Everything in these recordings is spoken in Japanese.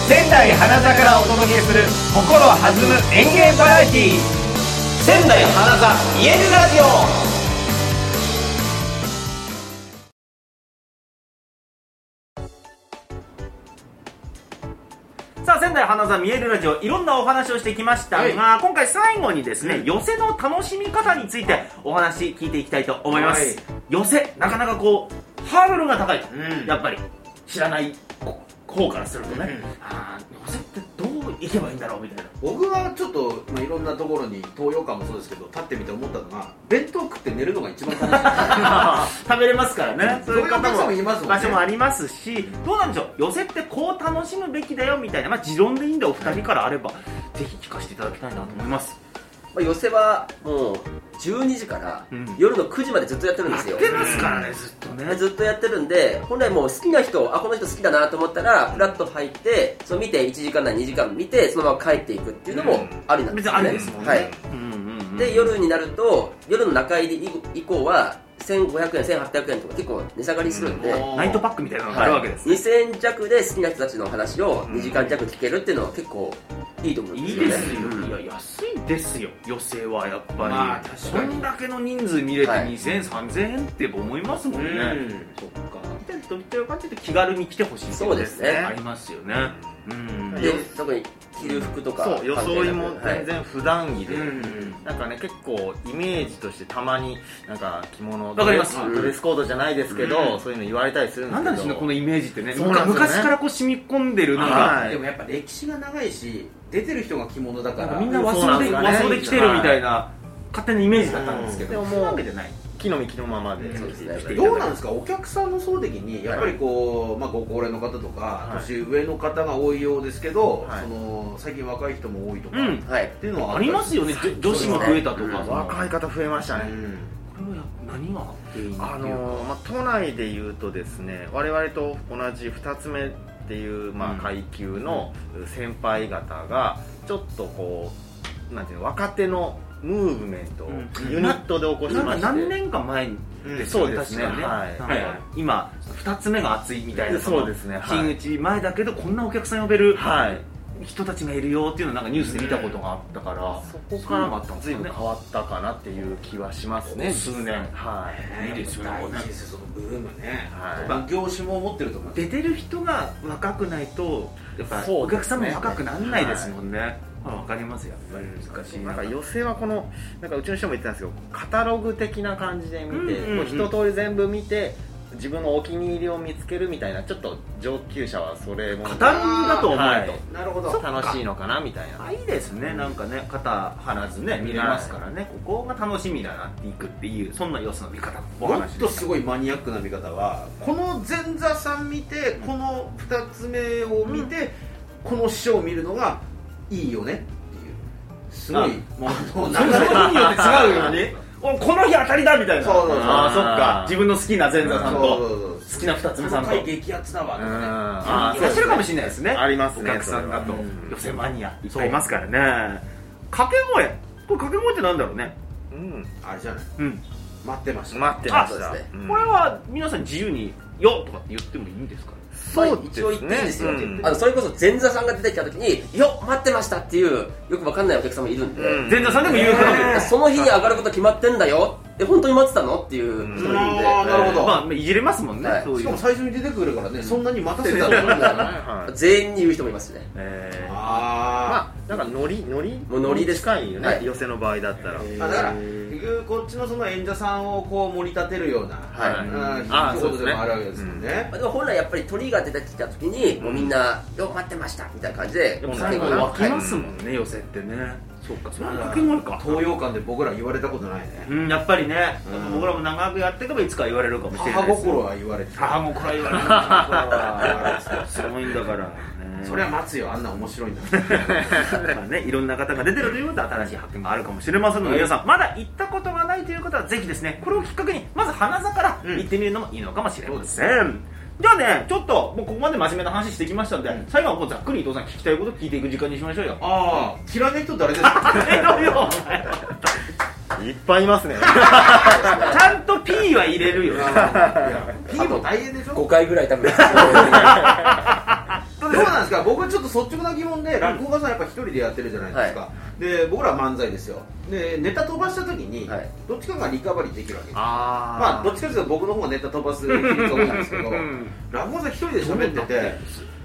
仙台花座からお届けする心弾む演芸バラエティー、仙台花座見えるラジオ。さあ、仙台花座見えるラジオ、いろんなお話をしてきましたが、今回最後にですね、寄席の楽しみ方についてお話聞いていきたいと思います。寄席、なかなかこうハードルが高いと、やっぱり知らない方からするとね、寄席ってどう行けばいいんだろうみたいな。 僕はちょっと、いろんなところに東洋館もそうですけど立ってみて思ったのが、弁当食って寝るのが一番楽しい。 食べれますからね、そういう方もいますもんね、 場所もありますし、どうなんでしょう、寄席ってこう楽しむべきだよみたいな、持論でいいんでお二人からあれば、ぜひ聞かせていただきたいなと思います。 寄席はもう12時から夜の9時までずっとやってるんですよ。 やってますからね、ずっとね。 ずっとやってるんで、本来もう好きな人、この人好きだなと思ったらフラッと入って、その見て1時間なり2時間見てそのまま帰っていくっていうのもありなんですよね。 別にありですもんね。 はい。で、夜になると、夜の中入り以降は1500円、1800円とか結構値下がりするんで、 ナイトパックみたいなのがあるわけです、ね。 2000円弱で好きな人たちの話を2時間弱聞けるっていうのは結構いいと思うんですよね。 いいですよ。いや、安いですよ、寄席はやっぱり。こんだけの人数見れて2000円、3000円って思いますもんね。そっか。見てる人見てる感じで気軽に来てほしい。 そうですね。 ありますよね。 で、特に着る服とか、 そう、装いも全然普段着で、なんかね、結構イメージとしてたまになんか着物、 わかります、 ドレスコードじゃないですけど、そういうの言われたりするんですけど、 なんでしょうね、このイメージってね、 そうなんですよね、 昔からこう染み込んでるなんか、 でもやっぱ歴史が長いし、出てる人が着物だからみんな和装で着てるみたいな勝手なイメージだったんですけど、 でももうわけじゃない、木の実木のままで。 そうですね。 どうなんですか、お客さんの層的にやっぱりこう、ご高齢の方とか年上の方が多いようですけど、その最近若い人も多いとかっていうのはありますよね。女子も増えたとか、 若い方増えましたね。 これは何が原因っていうか、 都内でいうとですね、我々と同じ2つ目っていう階級の先輩方がちょっとこうなんていうの、若手のムーブメントをユニットで起こしまして、 何年か前ですそうですね、 今2つ目が熱いみたいな、 そうですね、 真打ち前だけどこんなお客さん呼べる人たちがいるよっていうのをなんかニュースで見たことがあったから、 そこから随分変わったかなっていう気はしますね、 数年。 いいですよね、いいですよ、そのブームね。業種も持ってると思います。 出てる人が若くないとやっぱお客さんも若くならないですもんね。わかりますよ、やっぱり難しい。 なんか寄席はこのなんかうちの人も言ってたんですけど、カタログ的な感じで見て、一通り全部見て自分のお気に入りを見つけるみたいな、ちょっと上級者はそれもカタログだと思うと、 なるほど、 楽しいのかなみたいな。 いいですね、なんかね、肩離ずね見れますからね、ここが楽しみだなっていくっていう、そんな様子の見方。 もっとすごいマニアックな見方は、この前座さん見て、この2つ目を見て、この師匠を見るのがいいよねっていう、すごいもう流れによって違うよね。この日当たりだみたいな。 そう。 そっか、自分の好きな前座さんと好きな二つ目さんと激アツだわとかね、いらっしゃるかもしれないですね。 ありますね、 お客さんだと寄席マニアいっぱいいますからね。掛け声、これ掛け声ってなんだろうね。 あれじゃない、待ってました。 これは皆さん自由によとかって言ってもいいんですか？ そう一応言っていいんですよ。それこそ前座さんが出てきた時に「よっ待ってました」っていうよくわかんないお客さんもいるんで、 前座さんでも言うからその日に上がること決まってんだよ、本当に待ってたのっていう人もいるんで、 なるほど、 いじれますもんね。 しかも最初に出てくるからね、そんなに待たせたの全員に言う人もいますね。 なんかノリです近いよね、寄席の場合だったら。 だから結局こっちのその演者さんをこう盛り立てるような一言でもあるわけですもんね。 でも本来やっぱり鳥が出てきた時にもうみんな「よっ待ってました」みたいな感じで最後湧きますもんね、寄席ってね。そうか、それは掛け声か。 東洋館で僕ら言われたことないね。 やっぱりね、僕らも長くやっていけばいつか言われるかもしれないです。 母心は言われて、 母心は言われてすごいんだからね。 それは待つよ、あんな面白いんだね、いろんな方が出てるということは新しい発見があるかもしれませんので、皆さんまだ行ったことがないという方はぜひですね、これをきっかけにまず花座から行ってみるのもいいのかもしれません。じゃあね、ちょっともうここまで真面目な話してきましたので、最後はもうざっくり伊藤さん聞きたいこと聞いていく時間にしましょうよ。 嫌いな人誰ですか？ いっぱいいますね。 ちゃんと P は入れるよ。 P も大変でしょ。 5回ぐらい多分。 どうなんですか、僕れちょっと率直な疑問で、落語家さんやっぱ一人でやってるじゃないですか、はい、で僕らは漫才ですよ。でネタ飛ばした時に、はい、どっちかがリカバリーできるわけです。まあどっちかというと僕の方がネタ飛ばす比率多いんですけど落語家さん一人で喋ってて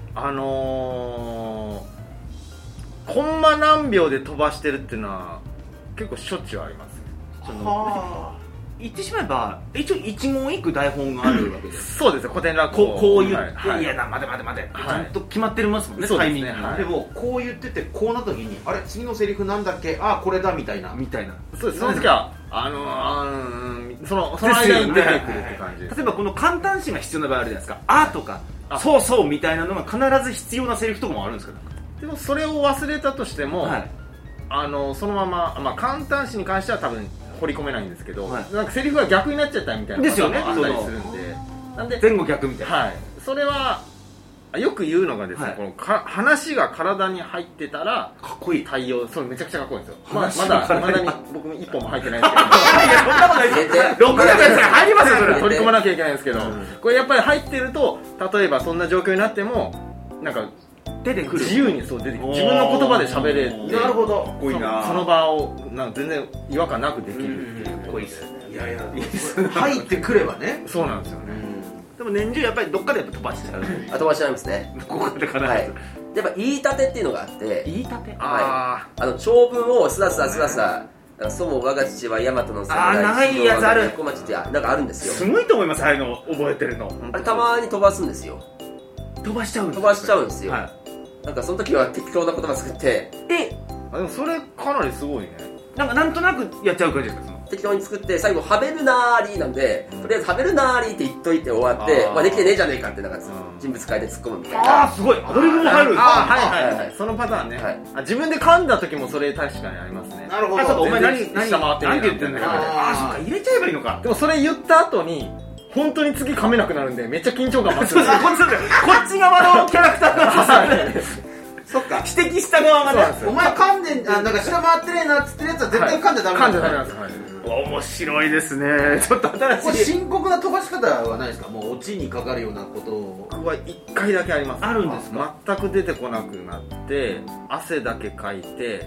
コンマ何秒で飛ばしてるっていうのは結構しょっちゅうありますね。 言ってしまえば一応一言一句台本があるわけです。 そうですね、古典落語こう言って、はい、いや待て、ちゃんと決まってますもんね、タイミングが。 でもこう言っててこうなった時にあれ次のセリフなんだっけ、これだみたいな。 そうです。その時はその間に出てくるって感じです。 例えばこの簡単詞が必要な場合あるじゃないですか。とかそうみたいなのが必ず必要なセリフとかもあるんですか。 でもそれを忘れたとしても、はい、そのまま、簡単詞に関しては多分掘り込めないんですけど、はい、なんかセリフが逆になっちゃったみたいなことがあったりするんで、 なんで前後逆みたいな、 はい、それはよく言うのがですね、はい、この話が体に入ってたらかっこいい対応、それめちゃくちゃかっこいいんですよ。まだに僕も一本も入ってないですけどいやそんなことないです。6のやつが入りますよ。それ取り込まなきゃいけないんですけど、これやっぱり入ってると、例えばそんな状況になってもなんか出てくる、 自由にそう出てくる、自分の言葉で喋れて、 なるほど、 かっこいいな。 その場をなんか全然違和感なくできるっていう。 かっこいいですね。 いや入ってくればね。 そうなんですよね。 でも年中やっぱりどっかでやっぱ飛ばしちゃう。 飛ばしちゃいますね。 ここで必ず、 はい、やっぱ言い立てっていうのがあって、 言い立て、 長文をスラスラそも我が父は大和の侍、 長いやつある、 小町ってなんかあるんですよ。 すごいと思います。ああいうの覚えてるの。 あれたまに飛ばすんですよ。 飛ばしちゃうんですよ。なんかその時は適当な言葉作って、 でもそれかなりすごいね。 なんとなくやっちゃう感じですか。 適当に作って最後ハベルナーリーなんで、とりあえずハベルナーリーって言っといて終わって、できてねえじゃねえかってなんか人物変えて突っ込むみたいな。 すごい、アドリブも入る。 はいそのパターンね。自分で噛んだ時もそれ確かにありますね。 なるほど。 お前何下回って何言ってんだよ。そっか、入れちゃえばいいのか。 でもそれ言った後に本当に次噛めなくなるんでめっちゃ緊張感増す。 こっち側のキャラクターがそっか、 指摘した側がね、 お前噛んでなんか下回ってねえなっつってるやつは絶対噛んじゃダメなんですよ。 面白いですね。ちょっと新しい。 これ深刻な飛ばし方はないですか。もうオチにかかるようなことを。 僕は1回だけあります。 あるんですか。 全く出てこなくなって汗だけかいて、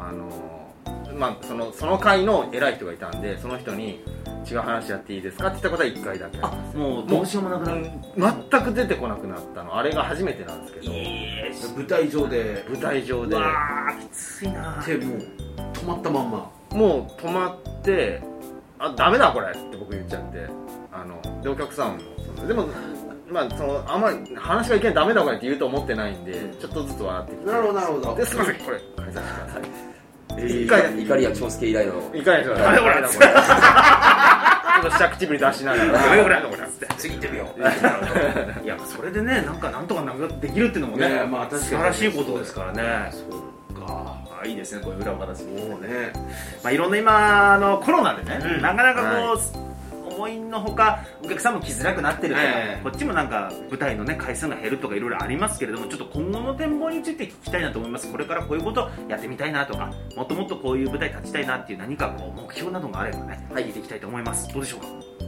その会の偉い人がいたんで、その人に違う話やっていいですかって言ったことは1回だけあります。 もうどうしようもなくなる。 全く出てこなくなったのあれが初めてなんですけど、 舞台上でうわーきついな。 でもう止まったまんま、 もう止まってダメだこれって僕言っちゃって、でお客さんもでもあんまり話がいけないダメだこれって言うと思ってないんで、ちょっとずつ笑ってきて、 なるほど。 ですみませんこれ返させてください。 怒りや長介以来の怒りや長介ダメこれちょっと下唇出しながらダメこれ次行ってみよう。 いやそれでね、なんとかできるっていうのもね、素晴らしいことですからね。そうか、いいですね、こういう裏を形もね。いろんな今のコロナでね、なかなかこう思いのほかお客さんも来づらくなってるとか、こっちもなんか舞台のね回数が減るとかいろいろありますけれども、ちょっと今後の展望について聞きたいなと思います。これからこういうことやってみたいなとか、もっともっとこういう舞台立ちたいなっていう何かこう目標などがあればね、聞いていきたいと思います。どうでしょうか。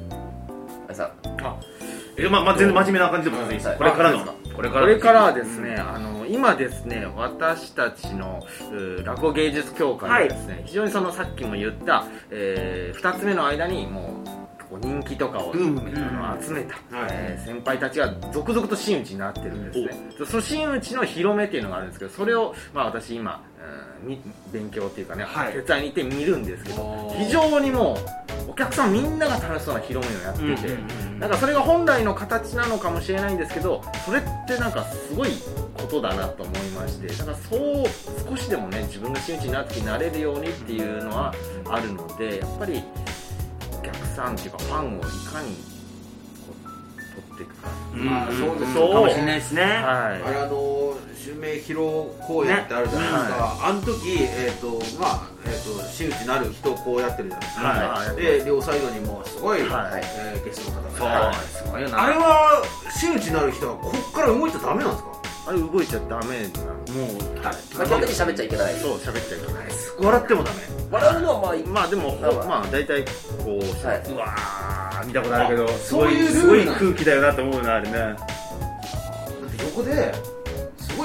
全然真面目な感じでもいいです。これからはですね、今ですね、私たちの落語芸術協会がですね、非常にさっきも言った2つ目の間にもう人気とかを集めた先輩たちが続々と真打ちになってるんですね。その真打ちの広めっていうのがあるんですけど、それを私今勉強っていうかね、手伝いに行って見るんですけど、非常にもうお客さんみんなが楽しそうな広めをやってて、なんかそれが本来の形なのかもしれないんですけど、それってなんかすごいことだなと思いまして、だからそう少しでもね自分が真打ちになる時になれるようにっていうのはあるので、やっぱりお客さんっていうかファンをいかに取っていくか。 そうですかもしれないですね。 襲名披露公演ってあるじゃないですか。あの時真打ちになる人をこうやってるじゃないですか。で両サイドにもすごいゲストの方が。すごいよな。あれは真打ちになる人はこっから動いちゃダメなんですか。 あれ動いちゃダメなの。もう基本的に喋っちゃいけない。 そう、喋っちゃいけない。 笑ってもダメ。 笑うのはでも大体こう、 うわー見たことあるけど、 そういうすごい空気だよなと思うな、あれね。 だって横ですごい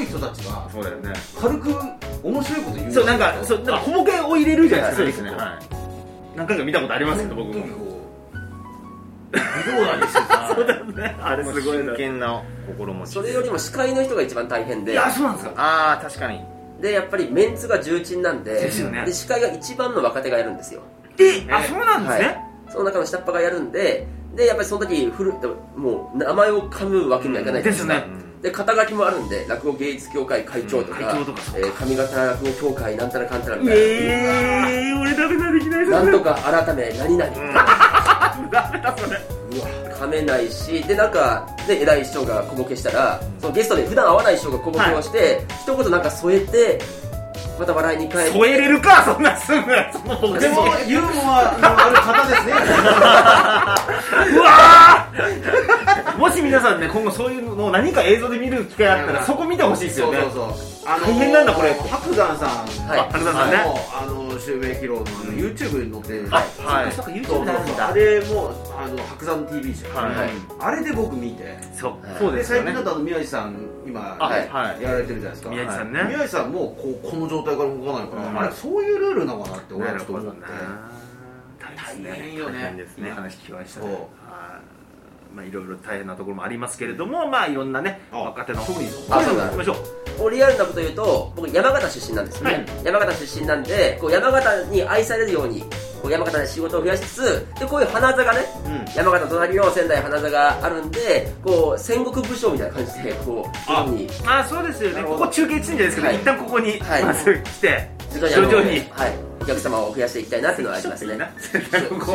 ごい人たちがそうだよね。 軽く面白いこと言う。 そうなんか小ボケを入れるじゃないですか。 そうですね。はい。 何回か見たことありますけど僕も。 微動だにしてさ。 そうだよね。あれすごいな。 真剣な心持ち。 それよりも司会の人が一番大変で、 いやそうなんですか。 ああ確かに。 でやっぱりメンツが重鎮なんで、 ですよね。 で司会が一番の若手がやるんですよ。 あそうなんですね。 はい、その中の下っ端がやるんで、でやっぱりその時もう名前を噛むわけにはいかないですね。 で肩書きもあるんで、落語芸術協会会長とか、上方落語協会なんたらかんたらみたいな、 俺ダメだできないですね。 なんとか改め何々、 ダメだそれ。 噛めないし、でなんかで偉い師匠が小ボケしたら、そのゲストで普段会わない師匠が小ボケをして、一言なんか添えてまた笑いに変えて、 添えれるかそんなすぐ。 でもユーモアのある方ですね。 うわーもし皆さんね今後そういうのを何か映像で見る機会あったらそこ見てほしいですよね。 そう大変なんだこれ。 白山さん、 白山さんね、 襲名披露のYouTube に載ってる、 はいそうか YouTube なんだ。 あれも白山 TV ですよね。あれで僕見て、 そうですよね。 最近だと宮地さん今やられてるじゃないですか。 宮地さんね。 宮地さんもこの状態から動かないから、あれそういうルールなのかなって俺はちょっと思って。大変よね。 いい話聞きましたね。まあいろいろ大変なところもありますけれども、まあいろんなね若手の特にそうだ。 行きましょう。 リアルなこと言うと、僕山形出身なんですね。山形出身なんで、こう山形に愛されるように、こう山形で仕事を増やしつつ、でこういう花座がね、山形の隣の仙台花座があるんで、こう戦国武将みたいな感じでこうに、 そうですよね。ここ中継地点じゃないですけど、一旦ここにまず来て徐々にお客様を増やしていきたいなっていうのはありますね。 ここ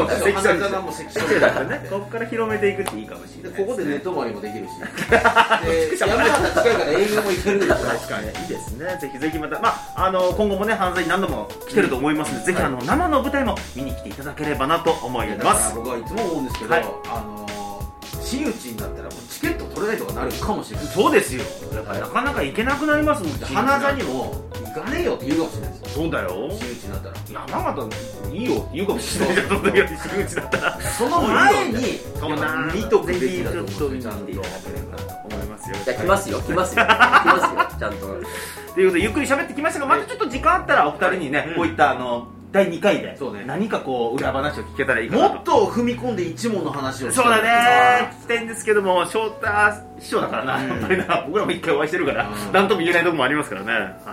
から広めていくっていいかもしれない。 ここで寝泊まりもできるし、山形近いから営業も行けるんですよ。 確かにいいですね。ぜひぜひまた今後もね犯罪に何度も来てると思いますので、ぜひ生の舞台も見に来ていただければなと思います。 僕はいつも思うんですけど、真打ちになったらもうチケット取れないとかなるかもしれない。 そうですよ。やっぱなかなか行けなくなりますもん。 花座にも行かねえよって言うかもしれないですよ。 そうだよ。 真打ちになったら山形いいよって言うかもしれないじゃん。その時より真打ちだったらその前に見とくべきだと思ってちゃんと思いますよ。 いや来ますよちゃんと。 ということでゆっくり喋ってきましたが、またちょっと時間あったらお二人にねこういった第2回で何かこう裏話を聞けたらいいかなと。 もっと踏み込んで一問の話をして。 そうだね、聞きたいんですけども、翔太師匠だからな、やっぱりな、僕らも一回お会いしてるから何とも言えないところもありますからね。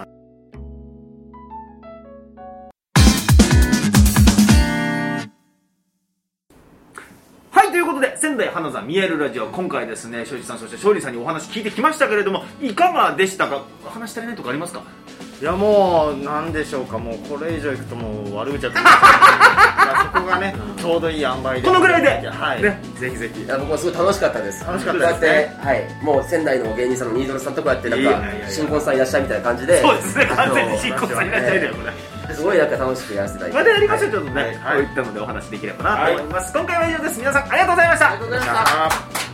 はい、ということで仙台花座見えるラジオ、今回ですね庄司さんそして勝利さんにお話聞いてきましたけれども、いかがでしたか。話足りないとかありますか。 いやもうなんでしょうか、もうこれ以上いくともう悪口はそこがねちょうどいい塩梅で、 このぐらいで、 はいね、ぜひぜひ。 僕もすごい楽しかったです。 楽しかったですね。 こうやってもう仙台の芸人さんのニードルさんとこやってなんか新婚さんいらっしゃいみたいな感じで、 そうですね、完全に新婚さんいらっしゃいだよこれ。 すごいなんか楽しくやらせていただいて、 またやりましょう。ちょっとね、こういったのでお話できればなと思います。今回は以上です。皆さんありがとうございました。 ありがとうございました。